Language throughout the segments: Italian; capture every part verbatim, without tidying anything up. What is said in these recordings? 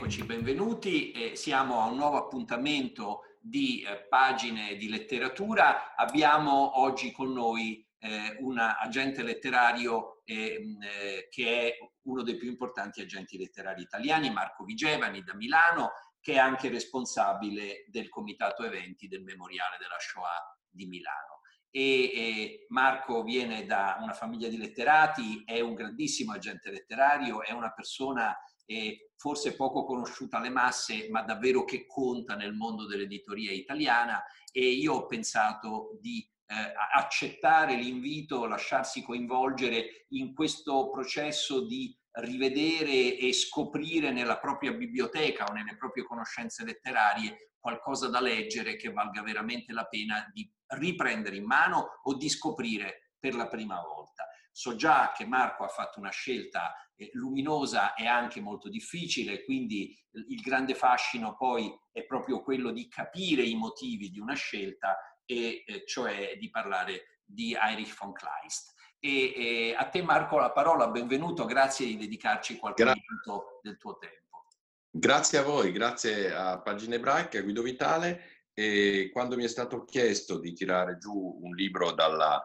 eccoci, benvenuti. Eh, siamo a un nuovo appuntamento di eh, pagine di letteratura. Abbiamo oggi con noi eh, un agente letterario eh, eh, che è uno dei più importanti agenti letterari italiani, Marco Vigevani da Milano, che è anche responsabile del comitato eventi del Memoriale della Shoah di Milano. E, e Marco viene da una famiglia di letterati, è un grandissimo agente letterario, è una persona eh, forse poco conosciuta alle masse, ma davvero che conta nel mondo dell'editoria italiana, e io ho pensato di eh, accettare l'invito, lasciarsi coinvolgere in questo processo di rivedere e scoprire nella propria biblioteca o nelle proprie conoscenze letterarie qualcosa da leggere che valga veramente la pena di riprendere in mano o di scoprire per la prima volta. So già che Marco ha fatto una scelta eh, luminosa e anche molto difficile, quindi il grande fascino poi è proprio quello di capire i motivi di una scelta, e eh, cioè di parlare di Heinrich von Kleist. E, e a te Marco la parola, benvenuto, grazie di dedicarci qualche Gra- minuto del tuo tempo. Grazie a voi, grazie a Pagine Ebraiche, a Guido Vitale. E quando mi è stato chiesto di tirare giù un libro dalla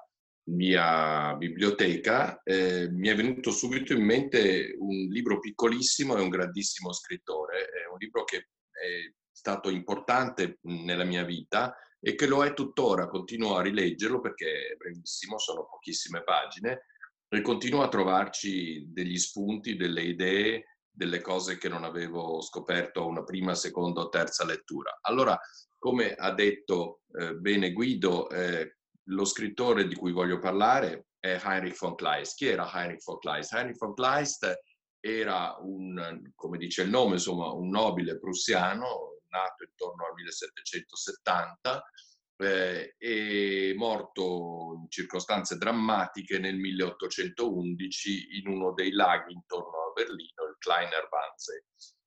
mia biblioteca, eh, mi è venuto subito in mente un libro piccolissimo e un grandissimo scrittore. È un libro che è stato importante nella mia vita e che lo è tuttora. Continuo a rileggerlo perché è brevissimo, sono pochissime pagine, e continuo a trovarci degli spunti, delle idee, delle cose che non avevo scoperto a una prima, seconda o terza lettura. Allora, come ha detto eh, bene Guido, eh, lo scrittore di cui voglio parlare è Heinrich von Kleist. Chi era Heinrich von Kleist? Heinrich von Kleist era un, come dice il nome, insomma, un nobile prussiano, nato intorno al millesettecentosettanta, eh, e morto in circostanze drammatiche nel milleottocentoundici in uno dei laghi intorno a Berlino, il Kleiner Wannsee.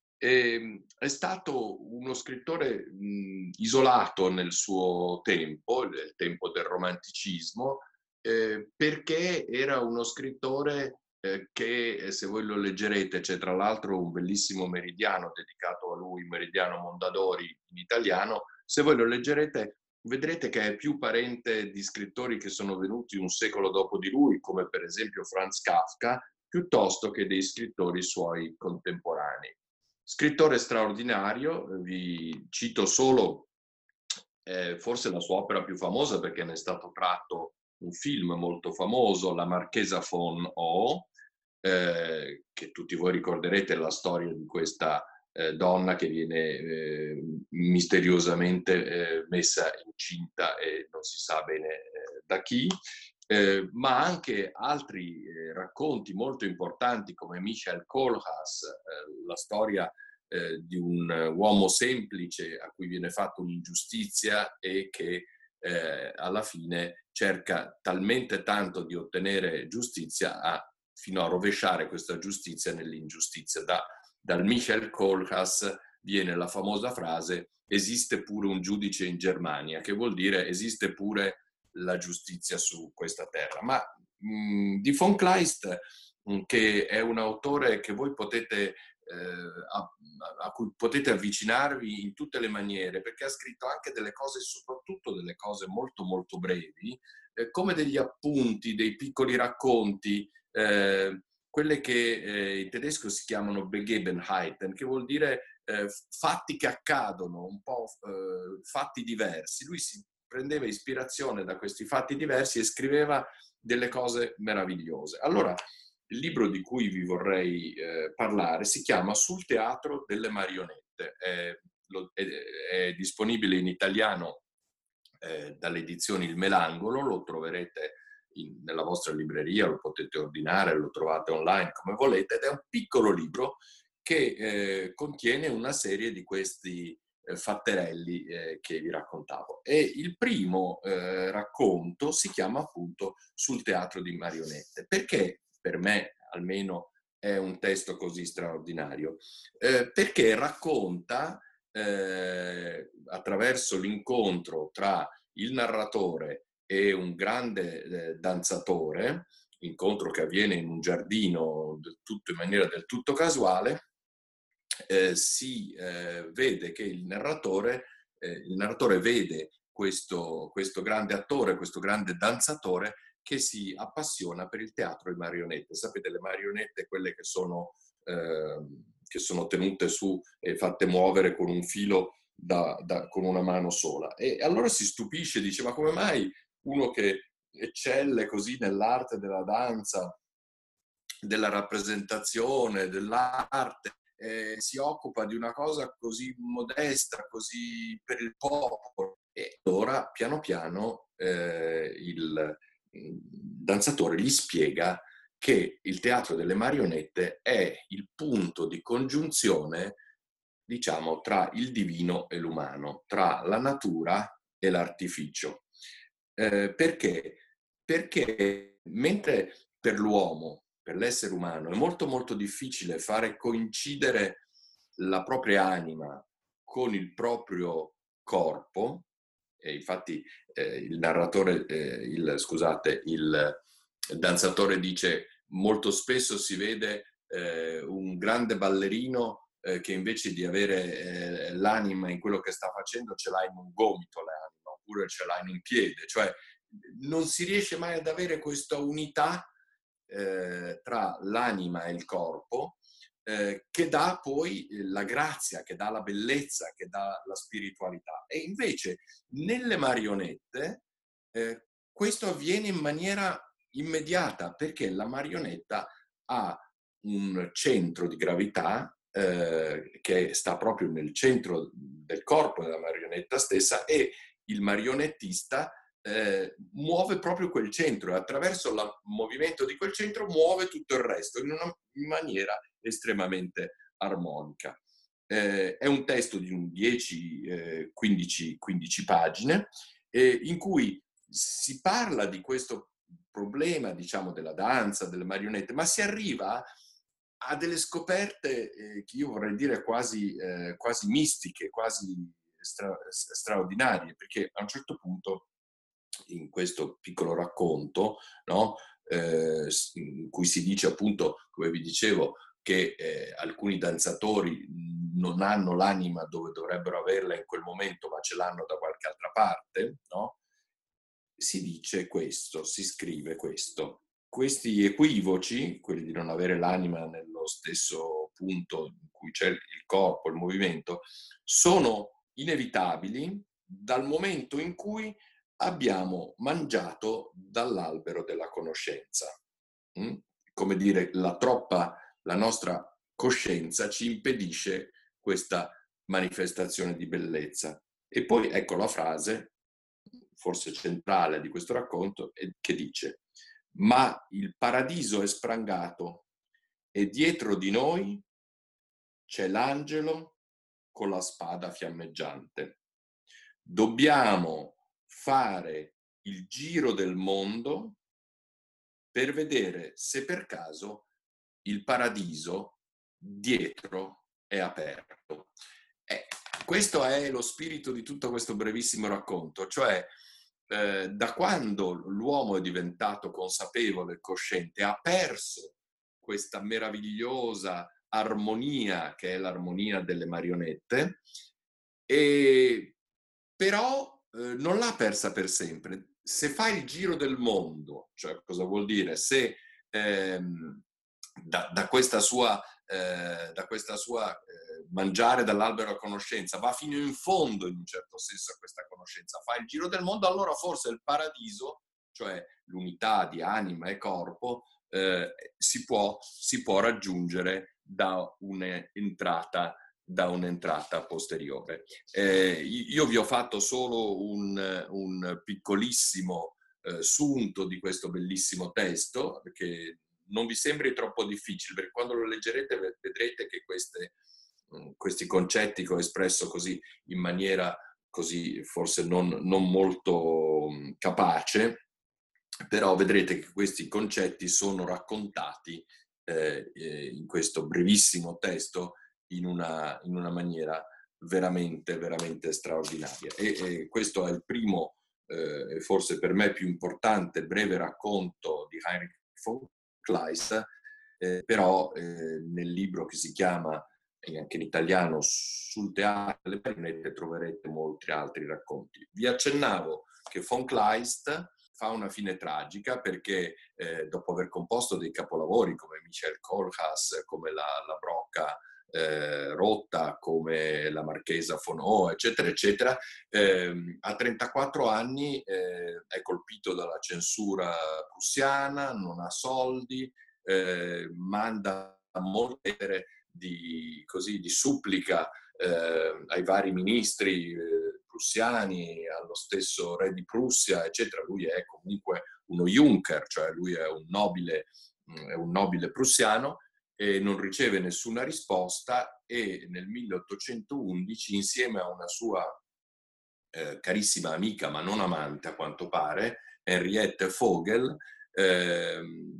E, è stato uno scrittore mh, isolato nel suo tempo, il tempo del romanticismo, eh, perché era uno scrittore eh, che, se voi lo leggerete, c'è tra l'altro un bellissimo meridiano dedicato a lui, Meridiano Mondadori in italiano, se voi lo leggerete vedrete che è più parente di scrittori che sono venuti un secolo dopo di lui, come per esempio Franz Kafka, piuttosto che dei scrittori suoi contemporanei. Scrittore straordinario, vi cito solo eh, forse la sua opera più famosa, perché ne è stato tratto un film molto famoso, La Marchesa von O, eh, che tutti voi ricorderete la storia di questa eh, donna che viene eh, misteriosamente eh, messa incinta e non si sa bene eh, da chi. Eh, ma anche altri eh, racconti molto importanti come Michael Kohlhaas, eh, la storia eh, di un uomo semplice a cui viene fatta un'ingiustizia e che eh, alla fine cerca talmente tanto di ottenere giustizia a, fino a rovesciare questa giustizia nell'ingiustizia. Da, dal Michael Kohlhaas viene la famosa frase "esiste pure un giudice in Germania", che vuol dire esiste pure la giustizia su questa terra. Ma mh, di von Kleist, mh, che è un autore che voi potete, eh, a, a cui potete avvicinarvi in tutte le maniere, perché ha scritto anche delle cose, soprattutto delle cose molto molto brevi, eh, come degli appunti, dei piccoli racconti, eh, quelle che eh, in tedesco si chiamano Begebenheiten, che vuol dire eh, fatti che accadono, un po' eh, fatti diversi. Lui si prendeva ispirazione da questi fatti diversi e scriveva delle cose meravigliose. Allora, il libro di cui vi vorrei eh, parlare si chiama Sul teatro delle marionette. È, lo, è, è disponibile in italiano eh, dalle edizioni Il Melangolo, lo troverete in, nella vostra libreria, lo potete ordinare, lo trovate online come volete, ed è un piccolo libro che eh, contiene una serie di questi eh, fatterelli eh, che vi raccontavo. E il primo eh, racconto si chiama appunto Sul teatro di marionette. Perché per me almeno è un testo così straordinario? Eh, perché racconta eh, attraverso l'incontro tra il narratore e un grande eh, danzatore, incontro che avviene in un giardino del tutto, in maniera del tutto casuale, eh, si eh, vede che il narratore, eh, il narratore vede questo, questo grande attore, questo grande danzatore che si appassiona per il teatro di marionette. Sapete, le marionette, quelle che sono, eh, che sono tenute su e fatte muovere con un filo da, da, con una mano sola. E allora si stupisce, dice: ma come mai uno che eccelle così nell'arte della danza, della rappresentazione, dell'arte, eh, si occupa di una cosa così modesta, così per il popolo? E allora piano piano eh, il danzatore gli spiega che il teatro delle marionette è il punto di congiunzione, diciamo, tra il divino e l'umano, tra la natura e l'artificio. Eh, perché? Perché mentre per l'uomo, per l'essere umano, è molto molto difficile fare coincidere la propria anima con il proprio corpo, e infatti eh, il narratore, eh, il, scusate, il danzatore dice: molto spesso si vede eh, un grande ballerino eh, che invece di avere eh, l'anima in quello che sta facendo ce l'ha in un gomito l'anima, oppure ce l'ha in un piede, cioè non si riesce mai ad avere questa unità eh, tra l'anima e il corpo, eh, che dà poi la grazia, che dà la bellezza, che dà la spiritualità. E invece nelle marionette eh, questo avviene in maniera immediata, perché la marionetta ha un centro di gravità eh, che sta proprio nel centro del corpo della marionetta stessa, e il marionettista eh, muove proprio quel centro, e attraverso il movimento di quel centro muove tutto il resto in una in maniera estremamente armonica. Eh, è un testo di un dieci quindici pagine eh, in cui si parla di questo problema, diciamo, della danza, delle marionette, ma si arriva a delle scoperte eh, che io vorrei dire quasi, eh, quasi mistiche, quasi stra- straordinarie, perché a un certo punto in questo piccolo racconto, no, eh, in cui si dice appunto, come vi dicevo, che eh, alcuni danzatori non hanno l'anima dove dovrebbero averla in quel momento, ma ce l'hanno da qualche altra parte, no? Si dice questo, si scrive questo. Questi equivoci, quelli di non avere l'anima nello stesso punto in cui c'è il corpo, il movimento, sono inevitabili dal momento in cui abbiamo mangiato dall'albero della conoscenza. Mm? Come dire, la troppa, la nostra coscienza ci impedisce questa manifestazione di bellezza. E poi ecco la frase, forse centrale di questo racconto, che dice: ma il paradiso è sprangato e dietro di noi c'è l'angelo con la spada fiammeggiante. Dobbiamo fare il giro del mondo per vedere se per caso il paradiso dietro è aperto. Eh, questo è lo spirito di tutto questo brevissimo racconto, cioè eh, da quando l'uomo è diventato consapevole e cosciente, ha perso questa meravigliosa armonia che è l'armonia delle marionette, e però eh, non l'ha persa per sempre. Se fa il giro del mondo, cioè cosa vuol dire? Se ehm, da, da questa sua, eh, da questa sua eh, mangiare dall'albero a conoscenza va fino in fondo, in un certo senso, a questa conoscenza, fa il giro del mondo, allora forse il paradiso, cioè l'unità di anima e corpo, eh, si può, si può raggiungere da un'entrata da un'entrata posteriore. Eh, io vi ho fatto solo un, un piccolissimo eh, sunto di questo bellissimo testo, perché non vi sembri troppo difficile, perché quando lo leggerete vedrete che queste, questi concetti che ho espresso così in maniera così forse non, non molto capace, però vedrete che questi concetti sono raccontati eh, in questo brevissimo testo in una, in una maniera veramente, veramente straordinaria. E, e questo è il primo, eh, forse per me più importante, breve racconto di Heinrich von Kleist, eh, però eh, nel libro che si chiama e anche in italiano, sul teatro delle marionette troverete molti altri racconti. Vi accennavo che von Kleist fa una fine tragica perché eh, dopo aver composto dei capolavori come Michael Kohlhaas, come la, la Brocca eh, rotta, come la Marchesa von O, eccetera, eccetera, eh, a trentaquattro anni eh, è colpito dalla censura prussiana, non ha soldi, eh, manda molte di, così, di supplica eh, ai vari ministri eh, prussiani, allo stesso re di Prussia, eccetera. Lui è comunque uno Junker, cioè lui è un nobile, è un nobile prussiano, e non riceve nessuna risposta, e nel milleottocentoundici, insieme a una sua eh, carissima amica, ma non amante a quanto pare, Henriette Vogel, eh,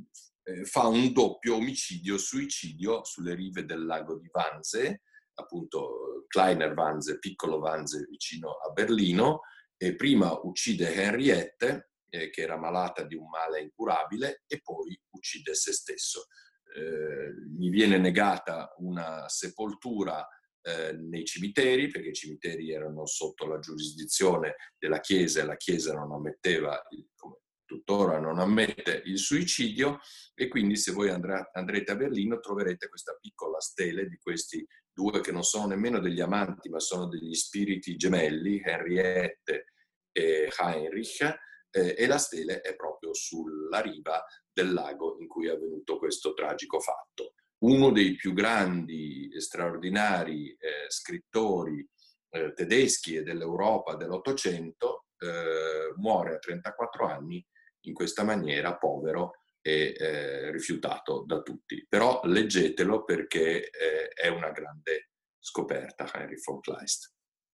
fa un doppio omicidio-suicidio sulle rive del lago di Wannsee, appunto Kleiner Wannsee, piccolo Wannsee vicino a Berlino, e prima uccide Henriette, eh, che era malata di un male incurabile, e poi uccide se stesso. Eh, gli viene negata una sepoltura eh, nei cimiteri, perché i cimiteri erano sotto la giurisdizione della Chiesa e la Chiesa non ammetteva, il, come tuttora non ammette, il suicidio, e quindi se voi andrà, andrete a Berlino troverete questa piccola stele di questi due che non sono nemmeno degli amanti, ma sono degli spiriti gemelli, Henriette e Heinrich, eh, e la stele è proprio sulla riva del lago in cui è avvenuto questo tragico fatto. Uno dei più grandi e straordinari eh, scrittori eh, tedeschi e dell'Europa dell'Ottocento eh, muore a trentaquattro anni in questa maniera, povero e eh, rifiutato da tutti. Però leggetelo perché eh, è una grande scoperta, Henry von Kleist.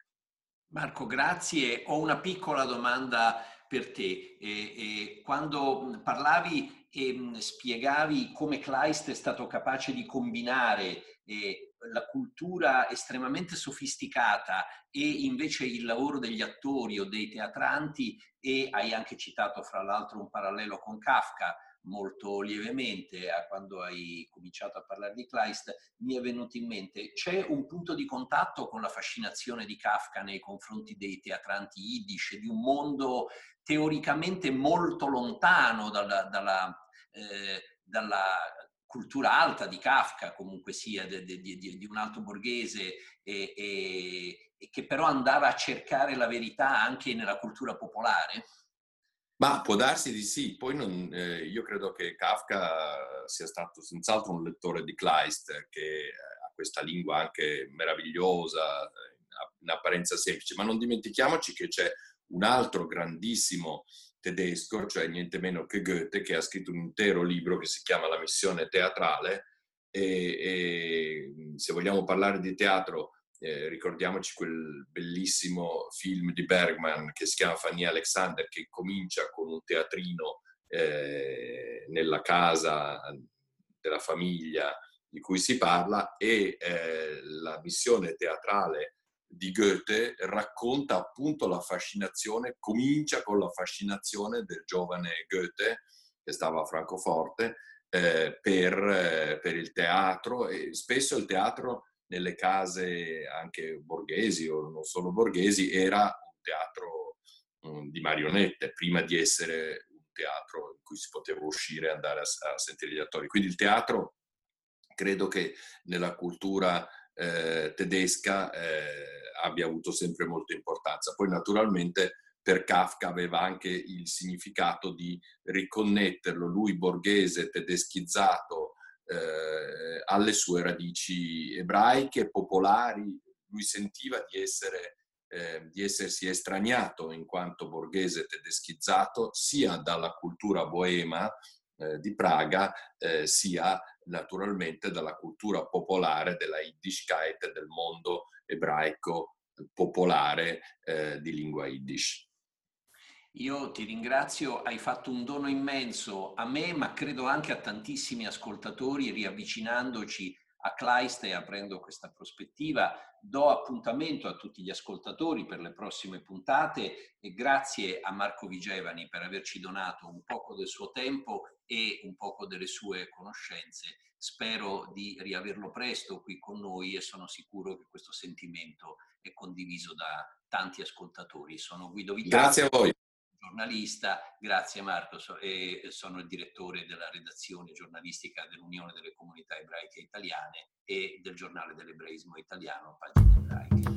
Marco, grazie. Ho una piccola domanda per te. E, e quando parlavi e spiegavi come Kleist è stato capace di combinare eh, la cultura estremamente sofisticata e invece il lavoro degli attori o dei teatranti, e hai anche citato fra l'altro un parallelo con Kafka, molto lievemente, a quando hai cominciato a parlare di Kleist, mi è venuto in mente, c'è un punto di contatto con la fascinazione di Kafka nei confronti dei teatranti yiddish, di un mondo teoricamente molto lontano dalla, dalla, eh, dalla cultura alta di Kafka, comunque sia, di, di, di, di un alto borghese, e, e, e che però andava a cercare la verità anche nella cultura popolare? Ma può darsi di sì, poi non, eh, io credo che Kafka sia stato senz'altro un lettore di Kleist, che ha questa lingua anche meravigliosa, in apparenza semplice, ma non dimentichiamoci che c'è un altro grandissimo tedesco, cioè niente meno che Goethe, che ha scritto un intero libro che si chiama La missione teatrale, e, e se vogliamo parlare di teatro, Eh, ricordiamoci quel bellissimo film di Bergman che si chiama Fanny Alexander, che comincia con un teatrino eh, nella casa della famiglia di cui si parla, e eh, la missione teatrale di Goethe racconta appunto la fascinazione, comincia con la fascinazione del giovane Goethe, che stava a Francoforte, eh, per, eh, per il teatro, e spesso il teatro nelle case anche borghesi o non solo borghesi era un teatro um, di marionette, prima di essere un teatro in cui si poteva uscire e andare a, a sentire gli attori. Quindi il teatro credo che nella cultura eh, tedesca eh, abbia avuto sempre molta importanza. Poi naturalmente per Kafka aveva anche il significato di riconnetterlo, lui borghese, tedeschizzato, Eh, alle sue radici ebraiche, popolari. Lui sentiva di, essere, eh, di essersi estraniato in quanto borghese tedeschizzato sia dalla cultura boema eh, di Praga, eh, sia naturalmente dalla cultura popolare della Yiddishkeit, del mondo ebraico popolare eh, di lingua Yiddish. Io ti ringrazio, hai fatto un dono immenso a me, ma credo anche a tantissimi ascoltatori, riavvicinandoci a Kleist e aprendo questa prospettiva. Do appuntamento a tutti gli ascoltatori per le prossime puntate, e grazie a Marco Vigevani per averci donato un poco del suo tempo e un poco delle sue conoscenze. Spero di riaverlo presto qui con noi e sono sicuro che questo sentimento è condiviso da tanti ascoltatori. Sono Guido Vitale. Grazie a voi. Giornalista, grazie Marco, so, e sono il direttore della redazione giornalistica dell'Unione delle Comunità Ebraiche Italiane e del giornale dell'Ebraismo Italiano, Pagine Ebraiche.